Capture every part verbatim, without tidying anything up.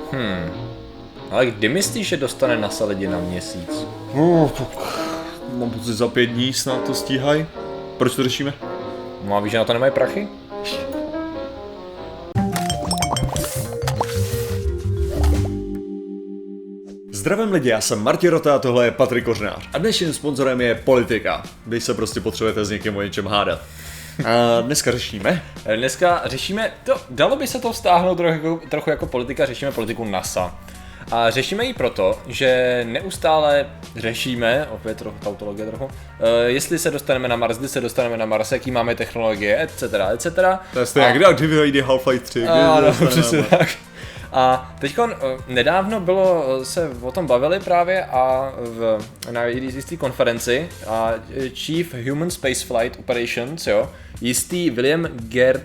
Hmm. Ale kdy myslíš, že dostane NASA lidi na měsíc? Uh, mám pocit za pět dní snad to stíhají. Proč to řešíme? No a víš, že na to nemají prachy? Zdravím lidi, já jsem Martin Rota a tohle je Patrik Kořnář. A dnešním sponzorem je politika, když se prostě potřebujete s někým o něčem hádat. A dneska řešíme? Dneska řešíme, to, dalo by se to vztáhnout trochu, trochu jako politika, řešíme politiku NASA. A řešíme ji proto, že neustále řešíme, opět trochu tautologie trochu, uh, jestli se dostaneme na Mars, kdy se dostaneme na Mars, jaký máme technologie, et cetera, et cetera. To je stejně, kdy, kdy vyjde Half-Life tři. Ano, přesně tak. A teď nedávno bylo, se o tom bavili právě a v, na jistý konferenci a Chief Human Spaceflight Operations, jo, jistý William Gert,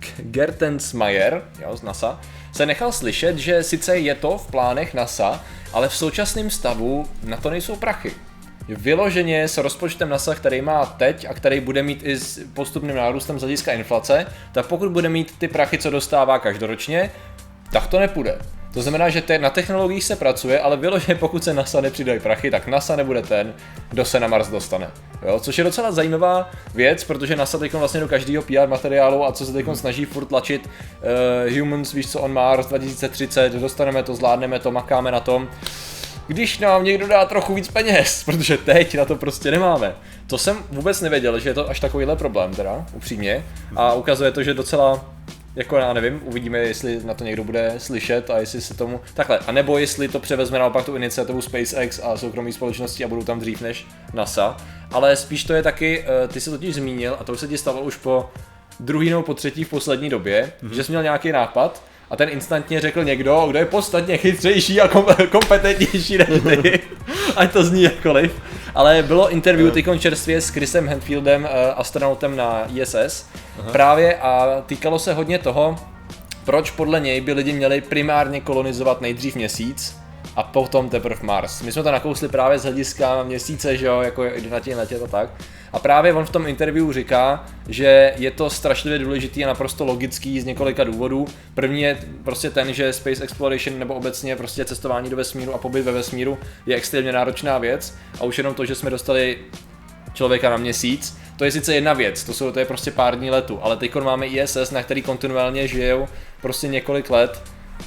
Gertensmeyer, jo, z NASA, se nechal slyšet, že sice je to v plánech NASA, ale v současném stavu na to nejsou prachy. Vyloženě s rozpočtem NASA, který má teď a který bude mít i s postupným nárůstem z hlediska inflace, tak pokud bude mít ty prachy, co dostává každoročně, tak to nepůjde. To znamená, že te- na technologiích se pracuje, ale vyloženě pokud se NASA nepřidají prachy, tak NASA nebude ten, kdo se na Mars dostane. Jo? Což je docela zajímavá věc, protože NASA teď vlastně do každého P R materiálu a co se teď snaží furt tlačit uh, Humans, víš co, on Mars dva tisíce třicet, dostaneme to, zvládneme to, makáme na tom. Když nám někdo dá trochu víc peněz, protože teď na to prostě nemáme. To jsem vůbec nevěděl, že je to až takovýhle problém teda, upřímně. A ukazuje to, že docela, jako já nevím, uvidíme, jestli na to někdo bude slyšet a jestli se tomu, takhle, a nebo jestli to převezme naopak tu iniciativu SpaceX a soukromých společností a budou tam dřív než NASA. Ale spíš to je taky, ty jsi totiž zmínil, a to už se ti stalo už po druhý nebo po třetí v poslední době, mm-hmm. že jsi měl nějaký nápad, a ten instantně řekl někdo, kdo je podstatně chytřejší a kom- kompetentnější než ty, ať to zní jakkoliv. Ale bylo interview tykon čerstvě s Chrisem Hadfieldem, astronautem na I S S, Aha. právě a týkalo se hodně toho, proč podle něj by lidi měli primárně kolonizovat nejdřív Měsíc a potom teprve Mars. My jsme to nakousli právě z hlediska Měsíce, že jo, jako na těch letět a tak. A právě on v tom interview říká, že je to strašlivě důležitý a naprosto logický z několika důvodů. První je prostě ten, že Space Exploration nebo obecně prostě cestování do vesmíru a pobyt ve vesmíru je extrémně náročná věc a už jenom to, že jsme dostali člověka na Měsíc, to je sice jedna věc, to, jsou, to je prostě pár dní letu, ale teď máme I S S, na který kontinuálně žijou prostě několik let.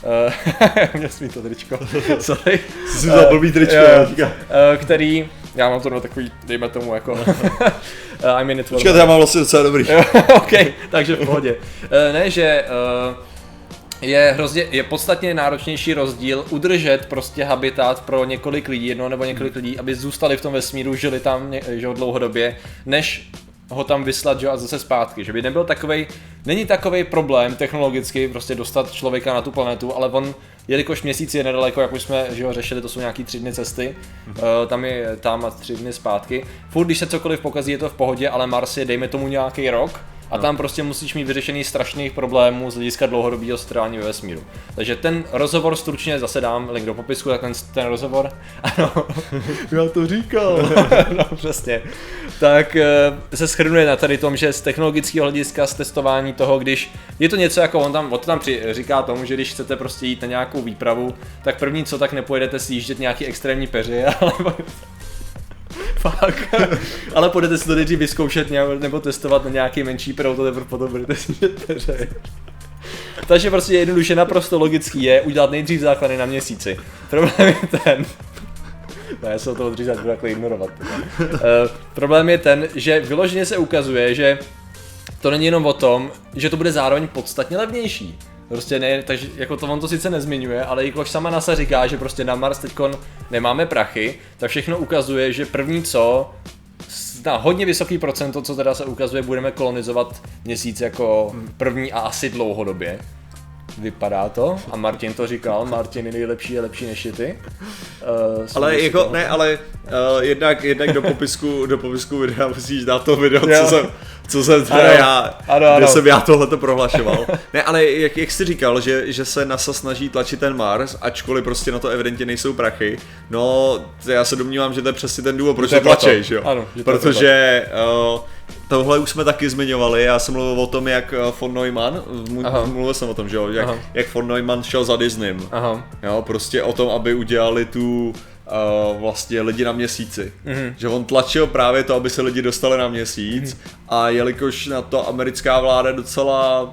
Uh, měl jsem to tričko, sorry. Jsi vzal blbý tričko, uh, uh, který, já mám to na takový, dejme tomu jako, uh, I mean it well. Počkat, já mám vlastně docela dobrý. Ok, takže v pohodě. Uh, ne, že uh, je hrozně, je podstatně náročnější rozdíl udržet prostě habitat pro několik lidí, jedno nebo několik lidí, aby zůstali v tom vesmíru, žili tam že, dlouhodobě, než ho tam vyslat, že, a zase zpátky, že by nebyl takovej, není takovej problém technologicky prostě dostat člověka na tu planetu, ale on, jelikož Měsíc je nedaleko, jak už jsme že ho, řešili, to jsou nějaký tři dny cesty, mm-hmm. uh, tam je tam a tři dny zpátky, furt když se cokoliv pokazí, je to v pohodě, ale Mars je, dejme tomu nějaký rok, a tam prostě musíš mít vyřešený strašných problémů z hlediska dlouhodobého strávání ve vesmíru. Takže ten rozhovor stručně zase dám link do popisku, tak ten, ten rozhovor, ano, já to říkal, no přesně, tak se shrnuje na tady tom, že z technologického hlediska, z testování toho, když je to něco jako on tam, on tam při, říká tomu, že když chcete prostě jít na nějakou výpravu, tak první co, tak nepojedete si jíždět nějaký extrémní peři, ale fakt, ale půjdete si to nejdřív vyzkoušet nebo testovat na nějaký menší proto, teprve potom budete si peře. Takže prostě jednoduše naprosto logický je udělat nejdřív základy na Měsíci. Problém je ten, no já se o to odřízat, budu takhle ignorovat. Uh, problém je ten, že vyloženě se ukazuje, že to není jenom o tom, že to bude zároveň podstatně levnější. Prostě ne, takže jako to on to sice nezmiňuje, ale jakož sama NASA říká, že prostě na Mars teďkon nemáme prachy, tak všechno ukazuje, že první co, na hodně vysoký procento, co teda se ukazuje, budeme kolonizovat Měsíc jako první a asi dlouhodobě. Vypadá to a Martin to říkal, Martin je nejlepší, je lepší než je ty. Uh, ale jako, ne, ale uh, jednak, jednak do popisku, do popisku videa musíš dát to video, co jsem, co jsem teda ano, já, ano, ano. kde jsem já tohleto prohlašoval. Ne, ale jak, jak jsi říkal, že, že se NASA snaží tlačit ten Mars, ačkoliv prostě na to evidentně nejsou prachy, no já se domnívám, že to je přesně ten důvod, proč to tlačej, že jo? Ano, že to protože uh, tohle už jsme taky zmiňovali, já jsem mluvil o tom, jak von Neumann, mluvil jsem o tom, že jo, jak, jak von Neumann šel za Disneym, Aha. jo, prostě o tom, aby udělali tu Uh, vlastně lidi na měsíci. Mm-hmm. Že on tlačil právě to, aby se lidi dostali na měsíc mm-hmm. a jelikož na to americká vláda docela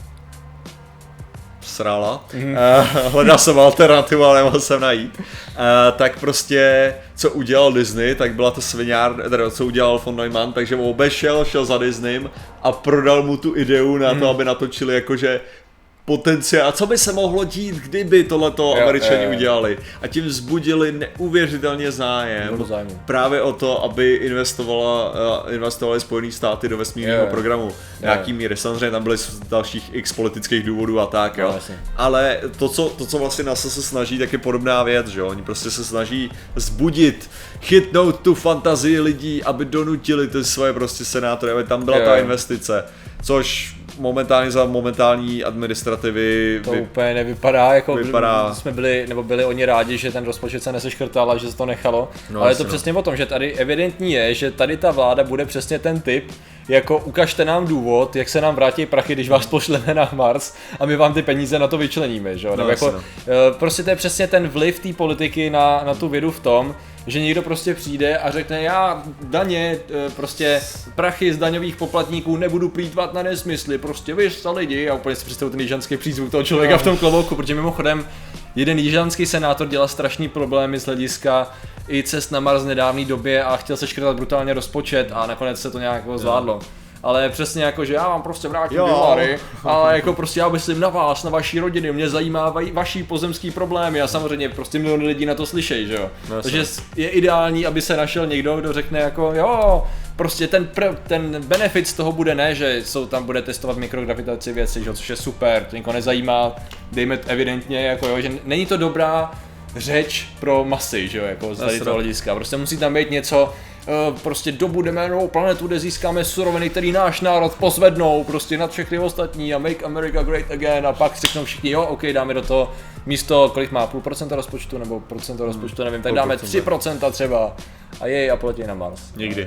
srala, mm-hmm. uh, hledal jsem alternativu, ale nemohl jsem najít, uh, tak prostě co udělal Disney, tak byla to sviňár, teda co udělal von Neumann, takže obešel, šel za Disneym a prodal mu tu ideu na mm-hmm. to, aby natočili jakože potenciál. A co by se mohlo dít, kdyby tohleto Američani udělali? A tím vzbudili neuvěřitelně zájem právě o to, aby investovala, investovali Spojené státy do vesmírného programu. Nějaký míry. Samozřejmě tam byly dalších x politických důvodů a tak, jo. No, ale to co, to, co vlastně NASA se snaží, tak je podobná věc, že jo. Oni prostě se snaží vzbudit, chytnout tu fantazii lidí, aby donutili ty svoje prostě senátory, aby tam byla jo. ta investice. Což momentálně za momentální administrativy to vy... úplně nevypadá, jako vypadá... jsme byli, nebo byli oni rádi, že ten rozpočet se neseškrtal a že se to nechalo, no, ale je to no. přesně o tom, že tady evidentní je, že tady ta vláda bude přesně ten typ, jako ukažte nám důvod, jak se nám vrátí prachy, když vás pošleme na Mars a my vám ty peníze na to vyčleníme, že jo, no, jako, no. prostě to je přesně ten vliv té politiky na, na tu vědu v tom, že někdo prostě přijde a řekne, já daně, prostě prachy z daňových poplatníků nebudu plýtvat na nesmysly, prostě vy jste lidi, a úplně si představuji ten jižanský přízvuk toho člověka v tom klobouku, protože mimochodem jeden jižanský senátor dělal strašný problémy z hlediska i cest na Mars v nedávné době a chtěl seškrtat brutálně rozpočet a nakonec se to nějak zvládlo. Ale přesně jako, že já vám prostě vrátím dolary, ale jako prostě já myslím na vás, na vaší rodiny, mě zajímají vaší pozemský problémy a samozřejmě prostě miliony lidí na to slyšejí, že jo. No, takže je ideální, aby se našel někdo, kdo řekne jako jo, prostě ten, pr- ten benefit z toho bude ne, že jsou tam bude testovat mikrogravitaci věci, že, což je super, to nikoho nezajímá, dejme evidentně jako jo, že není to dobrá řeč pro masy, že jo, jako z tady toho hlediska, prostě musí tam být něco, prostě dobudeme novou planetu, kde získáme suroviny, který náš národ pozvednou prostě nad všechny ostatní a make America great again a pak řeknou všichni jo, ok, dáme do toho místo, kolik má, půl procenta rozpočtu nebo procento rozpočtu, nevím, tak dáme tři procenta třeba a jej a poletí na Mars. Někdy,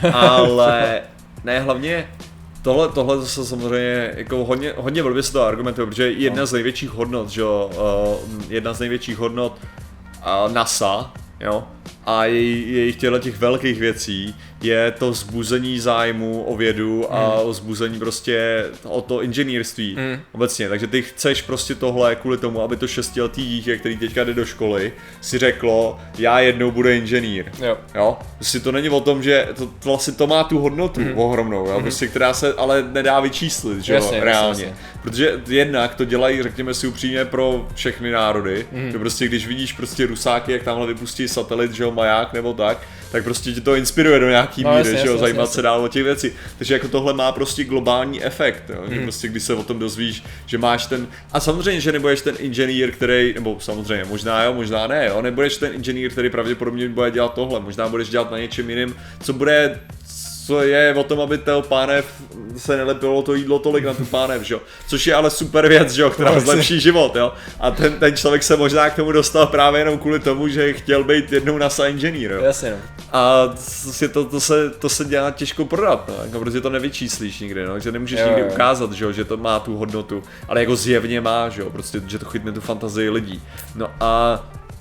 ale ne, hlavně tohle, tohle zase samozřejmě jako hodně, hodně blbě se to argumentuje, protože jedna no. z největších hodnot, že jo, uh, jedna z největších hodnot uh, NASA, jo, a jejich těchto těch velkých věcí je to vzbuzení zájmu o vědu a mm. o vzbuzení prostě o to inženýrství mm. obecně, takže ty chceš prostě tohle kvůli tomu, aby to šestiletý dítě, který teďka jde do školy, si řeklo, já jednou budu inženýr, jo, jo? Prostě to není o tom, že to, to vlastně to má tu hodnotu mm. ohromnou, jo? Prostě, která se ale nedá vyčíslit, že jo, reálně, jasně. Protože jednak to dělají, řekněme si upřímně, pro všechny národy, mm. že prostě když vidíš prostě Rusáky, jak tamhle vypustí satelit, že jo, maják nebo tak, tak prostě ti to inspiruje do nějaký no, míry, že jo, zajímat jasně. se dál o těch věcí. Takže jako tohle má prostě globální efekt, jo? Mm. Že prostě když se o tom dozvíš, že máš ten, a samozřejmě, že nebudeš ten inženýr, který, nebo samozřejmě, možná jo, možná ne, jo, nebudeš ten inženýr, který pravděpodobně bude dělat tohle, možná budeš dělat na něčem jiným, co bude, co je o tom, aby ten pánev se nelepilo to jídlo tolik na tu pánev, že jo, což je ale super věc, že jo, která zlepší život, jo, a ten, ten člověk se možná k tomu dostal právě jenom kvůli tomu, že chtěl být jednou NASA inženýr, jo. Jasně, no. A to, to, se, to se dělá těžko prodat, no, jako, protože to nevyčíslíš nikdy, no, že nemůžeš jo, nikdy jo. ukázat, že, jo, že to má tu hodnotu, ale jako zjevně má, že, jo, prostě, že to chytne tu fantazii lidí. No a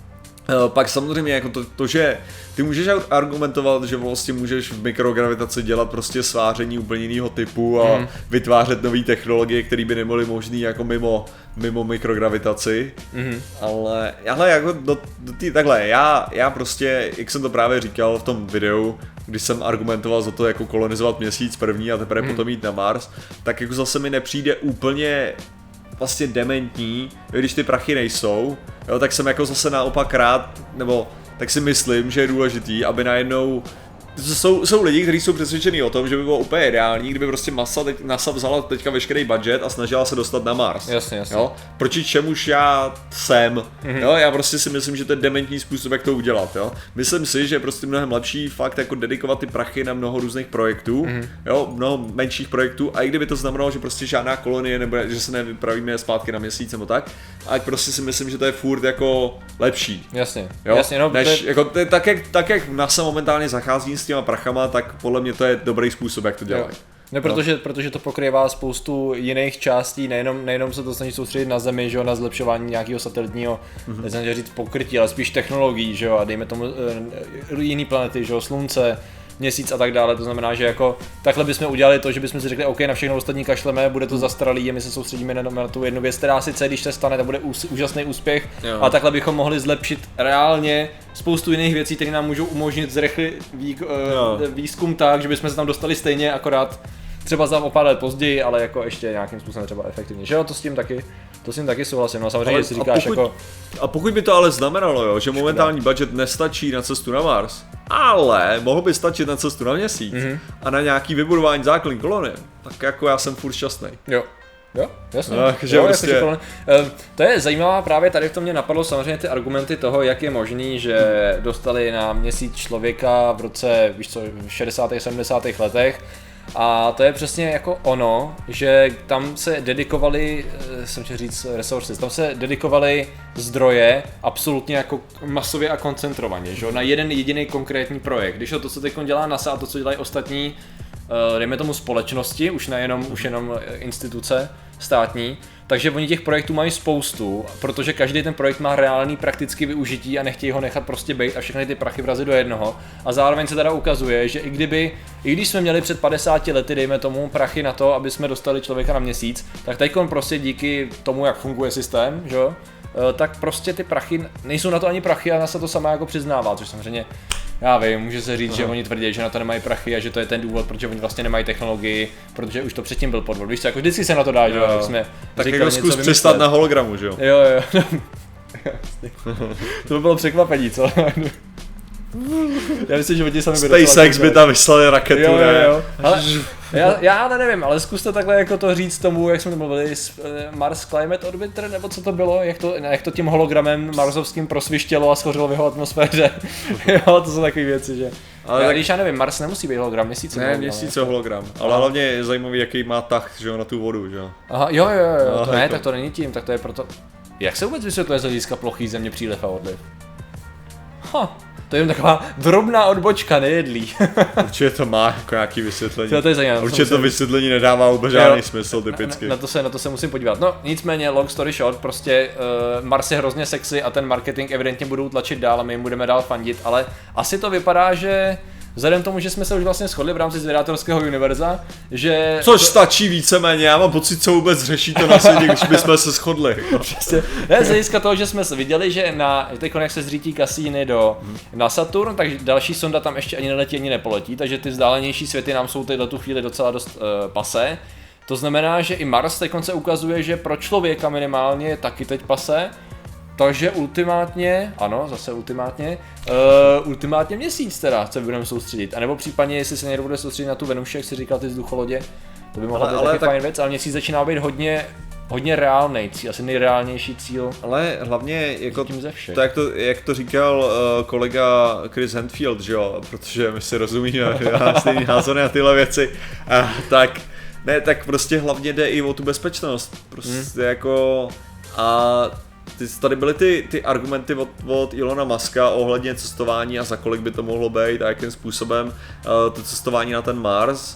pak samozřejmě jako to, to, že ty můžeš argumentovat, že vlastně můžeš v mikrogravitaci dělat prostě sváření úplně jiného typu a mm. vytvářet nové technologie, které by nebyly možné jako mimo, mimo mikrogravitaci, mm. ale, ale jako do, do tý, takhle, já, já prostě, jak jsem to právě říkal v tom videu, když jsem argumentoval za to jako kolonizovat měsíc první a teprve mm. potom jít na Mars, tak jako zase mi nepřijde úplně vlastně dementní, když ty prachy nejsou, jo, tak jsem jako zase naopak rád, nebo tak si myslím, že je důležitý, aby najednou jsou, jsou lidi, kteří jsou přesvědčení o tom, že by bylo úplně ideální, kdyby prostě NASA, teď, NASA vzala teďka veškerý budget a snažila se dostat na Mars. Jasně, jasně. Jo? Proti čemuž já jsem. Mm-hmm. Jo? Já prostě si myslím, že to je dementní způsob, jak to udělat. Jo? Myslím si, že je prostě mnohem lepší fakt jako dedikovat ty prachy na mnoho různých projektů, mm-hmm. jo? Mnoho menších projektů, a i kdyby to znamenalo, že prostě žádná kolonie nebude, že se nevypravíme zpátky na Měsíc nebo tak, a prostě si myslím, že to je furt jako lepší. Jasně. Jo? Jasně, no, Než, to je... jako, to, tak, jak, tak jak NASA momentálně zachází s těma prachama, tak podle mě to je dobrý způsob, jak to dělají. Ne, protože, protože to pokrývá spoustu jiných částí, nejenom, nejenom se to snaží soustředit na Zemi, že jo, na zlepšování nějakého satelitního, mm-hmm. neznamená říct pokrytí, ale spíš technologií, že jo, a dejme tomu uh, jiný planety, že jo, Slunce, Měsíc a tak dále, to znamená, že jako takhle bychom udělali to, že bychom si řekli, OK, na všechno ostatní kašleme, bude to zastaralý a my se soustředíme na, na tu jednu věc, která sice, když se stane, to bude ús, úžasný úspěch, jo. A takhle bychom mohli zlepšit reálně spoustu jiných věcí, které nám můžou umožnit zrychlit vý, uh, výzkum tak, že bychom se tam dostali stejně, akorát třeba za o pár let později, ale jako ještě nějakým způsobem třeba efektivně, že jo, to s tím taky, to s tím taky souhlasím, no samozřejmě, ale, si říkáš pokud, jako... A pokud by to ale znamenalo, jo, že momentální budget nestačí na cestu na Mars, ale mohl by stačit na cestu na Měsíc mm-hmm. a na nějaký vybudování základní kolonie, tak jako já jsem furt šťastný. Jo. Jo, jasně. No, že jo, prostě... jako, to je zajímavá, právě tady v tom mě napadlo samozřejmě ty argumenty toho, jak je možný, že dostali na Měsíc člověka v roce, víš co, v šedesátých sedmdesátých letech. A to je přesně jako ono, že tam se dedikovali, jsem chtěl říct resources, tam se dedikovali zdroje absolutně jako masově a koncentrovaně, že? Na jeden jediný konkrétní projekt. Když to, to co teď dělá NASA a to, co dělají ostatní, dejme tomu společnosti, už nejenom, už jenom instituce státní, takže oni těch projektů mají spoustu, protože každý ten projekt má reálný praktický využití a nechtějí ho nechat prostě bejt a všechny ty prachy vrazit do jednoho. A zároveň se teda ukazuje, že i kdyby, i když jsme měli před padesáti lety, dejme tomu, prachy na to, aby jsme dostali člověka na Měsíc, tak teďkon prostě díky tomu, jak funguje systém, že? Tak prostě ty prachy, nejsou na to ani prachy a NASA to sama jako přiznává, což samozřejmě já vím, může se říct, Aha. že oni tvrdí, že na to nemají prachy a že to je ten důvod, protože oni vlastně nemají technologii, protože už to předtím byl podvod. Víš co, jako vždycky se na to dá, že jo, jak jsme tak říkali, jako zkus přistat na hologramu, že jo? Jo, jo. To by bylo překvapení, co? Já myslím, že oni sami by SpaceX by tam vyslali raketu, jo, ne? Jo, jo. Ale, já, já nevím, ale zkuste takhle jako to říct tomu, jak jsme to mluvili, Mars Climate Orbiter, nebo co to bylo, jak to, jak to tím hologramem marsovským prosvištělo a schořilo v jeho atmosféře. Jo, to jsou takové věci, že... Ale já, tak... když já nevím, Mars nemusí být hologram, Měsíc. Ne, Měsíc je hologram, ale Aha. hlavně je zajímavý, jaký má tah, že jo, na tu vodu, že jo. Aha, jo, jo, jo, no, to ne, to... tak to není tím, tak to je proto... Jak se vůbec vysvětluje z hlediska plochý země přílev a odliv? Ha. To je jen taková drobná odbočka nejedlí. Určitě to má jako nějaký vysvětlení. To, to je zajímavé. Určitě to vysvětlení nedává vůbec žádný smysl typicky. Na, na, to se, na to se musím podívat. No nicméně, long story short, prostě uh, Mars je hrozně sexy a ten marketing evidentně budou tlačit dál a my jim budeme dál fandit, ale asi to vypadá, že vzhledem tomu, že jsme se už vlastně shodli v rámci zvědátorského univerza, že... Což to... stačí víceméně, já mám pocit, co vůbec řeší to na světě, když bychom se shodli. Přesně. Ne, z hlediska toho, že jsme viděli, že na, teď jak se zřítí Cassini do, hmm. na Saturn, tak další sonda tam ještě ani neletí, ani nepoletí, takže ty vzdálenější světy nám jsou tyhle tu chvíli docela dost uh, pasé. To znamená, že i Mars teď se ukazuje, že pro člověka minimálně je taky teď pasé. Takže ultimátně, ano, zase ultimátně, uh, ultimátně Měsíc teda se budeme soustředit, anebo případně, jestli se někdo bude soustředit na tu Venuši, jak si říkal ty vzducholodě, to by mohla být taky tak... fajn věc, ale Měsíc začíná být hodně, hodně reálnej cíl, asi nejreálnější cíl. Ale hlavně, jako to, jak to, jak to říkal uh, kolega Chris Hadfield, že jo, protože my si rozumíme, já stejný názory na tyhle věci, uh, tak, ne, tak prostě hlavně jde i o tu bezpečnost, prostě hmm. jako, a Ty, tady byly ty, ty argumenty od, od Elona Muska ohledně cestování a za kolik by to mohlo být a jakým způsobem uh, to cestování na ten Mars.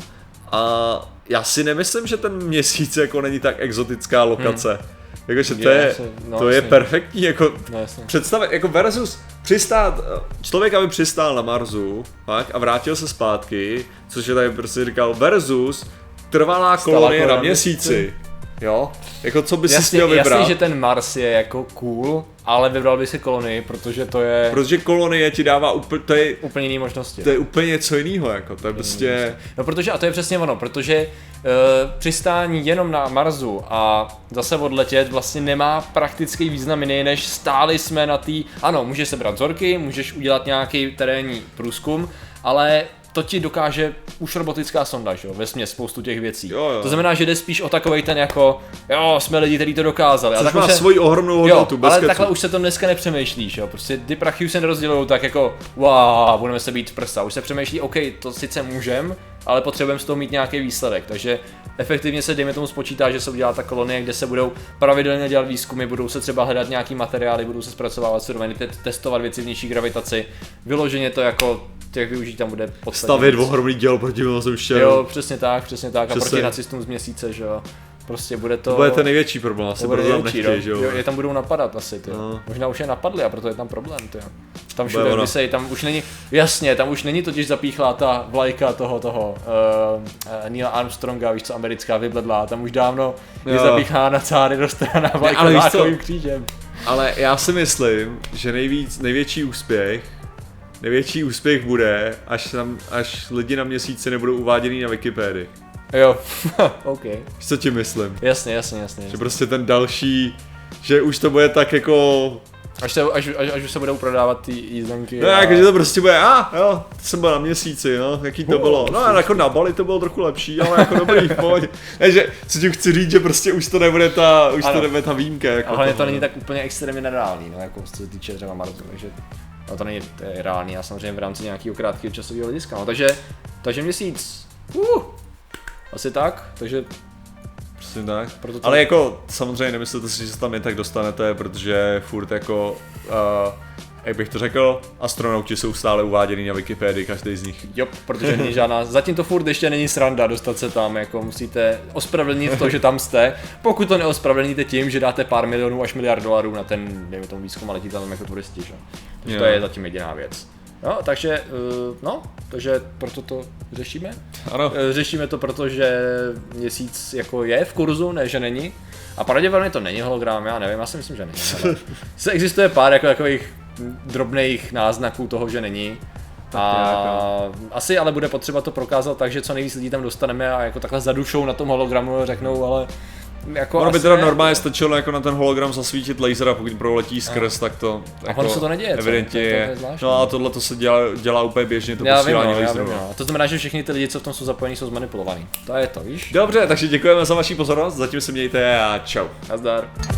A já si nemyslím, že ten Měsíc jako není tak exotická lokace. Hmm. Jakože to je, no, to je perfektní, jako no, představit, jako versus přistát, člověk aby přistál na Marsu pak, a vrátil se zpátky, což je tady prostě říkal, versus trvalá kolonie na Měsíci. Jo, jako co by si měl vybrat? Jasně, že ten Mars je jako cool, ale vybral by si kolonii, protože to je... Protože kolonie ti dává úplně, to je... Úplně jiný možnosti. To je úplně něco jiného, jako, to je prostě... No protože, a to je přesně ono, protože uh, přistání jenom na Marsu a zase odletět vlastně nemá praktický význam jiný, než stáli jsme na té... Ano, můžeš sebrat vzorky, můžeš udělat nějaký terénní průzkum, ale to ti dokáže už robotická sonda, že jo, vesměs spoustu těch věcí. Jo, jo. To znamená, že jde spíš o takovej ten jako, jo, jsme lidi, kteří to dokázali. Což a tak má se, svoji ohromnou hodnotu, jo, bez ale kecu. takhle už se to dneska nepřemýšlíš, jo, prostě ty prachy už se nerozdělují tak jako, wow, budeme se být v prsa, už se přemýšlí, OK, to sice můžem, ale potřebujeme z toho mít nějaký výsledek, takže efektivně se dejme tomu spočítá, že se udělá ta kolonie, kde se budou pravidelně dělat výzkumy, budou se třeba hledat nějaký materiály, budou se zpracovávat suroviny, te- testovat věci v nižší gravitaci, vyloženě to jako těch využití tam bude podstatně. Stavět ohromný dělo proti mimozemšťanům. Jo, přesně tak, přesně tak, Přesně. a proti nacistům z Měsíce, že jo. Prostě bude to... To bude ten největší problém, asi to bude problém největší, nechtějí, že jo. jo. Je tam budou napadat asi, ty. No. Možná už je napadli a proto je tam problém, ty. Tam Bude všude ono. vysej, tam už není, jasně, tam už není totiž zapíchlá ta vlajka toho, toho uh, uh, Neila Armstronga, víš co, americká vybledlá, tam už dávno je Jo. zapíchlá na cáry dostraná vlajka ale víš co? lákovým křížem. Ale já si myslím, že nejvíc, největší úspěch, největší úspěch bude, až, tam, až lidi na Měsíci nebudou uváděný na Wikipedii. Jo, OK. Víš, co ti myslím? Jasně, jasně, jasně. Že jasně. prostě ten další, že už to bude tak jako... Až, se, až, až, až už se budou prodávat ty jízdenky. No jako, že to prostě bude, a ah, jo, to jsem byl na Měsíci, no, jaký to Uh, bylo. No a jako na Bali to bylo trochu lepší, ale jako dobrý, pojď. Takže, co ti chci říct, že prostě už to nebude ta, už Ano. to nebude ta výjimka. Jako A hlavně to toho, není no. tak úplně extrémně nereálný, no, jako co se týče třeba Marsu, takže no, to není to je reálný a samozřejmě v rámci nějakého krátkého časového hlediska, no, takže, takže měsíc, uh, asi tak, takže Přesně tak. proto to... Ale jako samozřejmě nemyslete si, že se tam jen tak dostanete, protože furt jako, uh, jak bych to řekl, astronauti jsou stále uváděný na Wikipedii, každý z nich. Jo, protože není žádná, zatím to furt ještě není sranda dostat se tam, jako musíte ospravedlnit to, že tam jste, pokud to neospravedlníte tím, že dáte pár milionů až miliard dolarů na ten, dejme tomu výzkum a letíte tam jako turisti, že? Takže to Jo. je zatím jediná věc. No, takže, uh, no, takže proto to řešíme. Ano. Eh, Řešíme to, protože měsíc jako je v kurzu, ne že není. A pravděpodobně to není hologram, já nevím, já si myslím, že není. Ale se existuje pár jako takových drobných náznaků toho, že není. A asi ale bude potřeba to prokázat tak, že co nejvíc lidí tam dostaneme a jako takhle zadušou na tom hologramu a řeknou, ale jako Ono by asi teda ne. normálně stačilo jako na ten hologram zasvítit laser a pokud proletí skrz, tak to jako ono se to neděje, co? evidentně To je- to je je. zvláštní. No a tohle to se dělá, dělá úplně běžně, to Já vím, posílání no, já laserů. vím, no. To znamená, že všichni ty lidi, co v tom jsou zapojení, jsou zmanipulovaní. To je to, víš? Dobře, takže děkujeme za vaši pozornost, zatím se mějte a čau. Nazdar.